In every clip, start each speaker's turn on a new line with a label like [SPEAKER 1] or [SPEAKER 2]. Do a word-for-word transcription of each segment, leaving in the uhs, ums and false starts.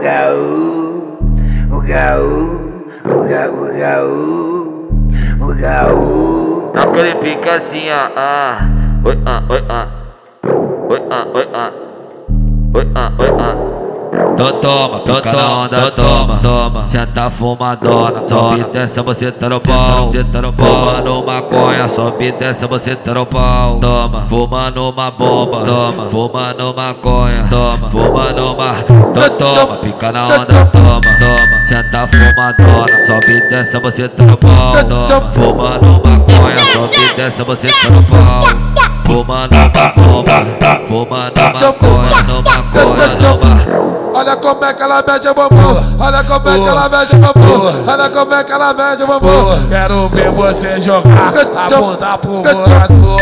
[SPEAKER 1] gaú, o gaú, o gaú, o gaú, o gaú.
[SPEAKER 2] Naquele pique assim, ah, ah, oi, ah, oi, ah, oi, ah, oi, ah, oi, ah, oi, ah. Então toma, pica na onda, toma, toma. Senta fumadona, sobe dessa você tá no pau. Fumando maconha, sobe dessa você tá no pau. Toma, fumando uma bomba, toma. Fumando maconha, toma. Fumando uma, então toma, pica na onda, toma, toma. Senta fumadona, sobe dessa você tá no pau. Toma, fumando maconha, sobe dessa você tá no pau. Fumando uma bomba, fumando maconha, no maconha, no maconha.
[SPEAKER 3] Olha como é que ela mete o bumbum, olha como é que ela mete o bumbum, olha como é que ela mete o bumbum. Quero ver você jogar a bunda pro morador.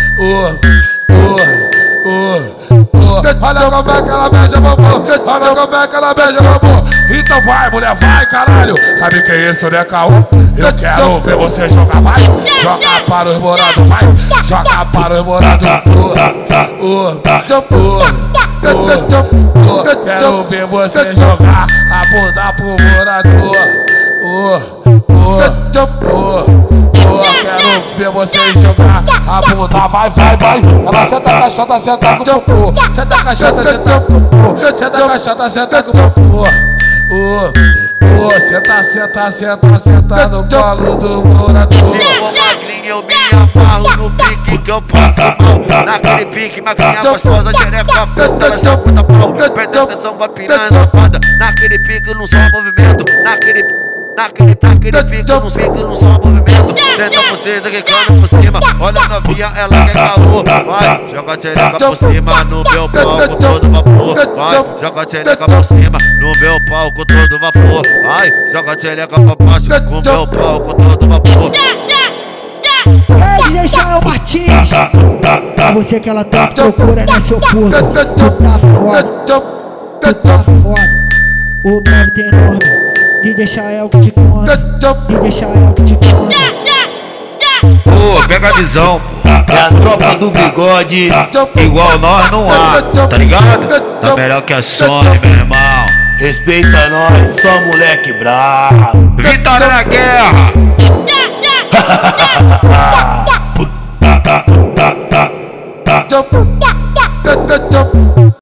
[SPEAKER 3] Olha como é que ela mete o bumbum, olha como é que ela mete o bumbum. Então vai, mulher, vai, caralho. Sabe que é isso, né, caô? Eu quero ver você jogar, vai. Joga para os morados, vai. Joga para os morados. Quero ver você jogar a bunda pro morador. Quero ver você jogar a bunda, vai, vai, vai. Ela senta a caixota, senta com o popô. Senta a caixota, senta com o popô. Senta a caixota, senta com o popô. Senta, senta, senta, senta no colo do morador.
[SPEAKER 4] Se for magrinho eu me amarro no pique que eu passo mal. Naquele pique, magrinha gostosa, xereca frita, ela já puta pau. Presta atenção pra piranha safada. Naquele pique não só movimento. Naquele Naquele, naquele pique não pique não só movimento. Senta você quicando por cima. Olha a novinha, ela quer caô. Vai, joga a xereca por cima no meu palco todo vapor. Vai, joga a xereca por cima no meu palco todo vapor. Vai, joga a xereca pra baixo com meu palco todo vapor.
[SPEAKER 5] É D J Shael Martins. É você que ela tá procura, né, seu puto? Tu tá foda, tu tá foda. O nome tem nome, D J Shael que te conta, D J Shael que te conta.
[SPEAKER 2] Pô, pega a visão, pô.
[SPEAKER 4] É a tropa do bigode.
[SPEAKER 2] Igual nós não há, tá ligado? Tá melhor que a Sony, meu irmão.
[SPEAKER 4] Respeita nós, só moleque brabo.
[SPEAKER 2] Vitória na guerra.
[SPEAKER 1] Jump, jump, jump, jump.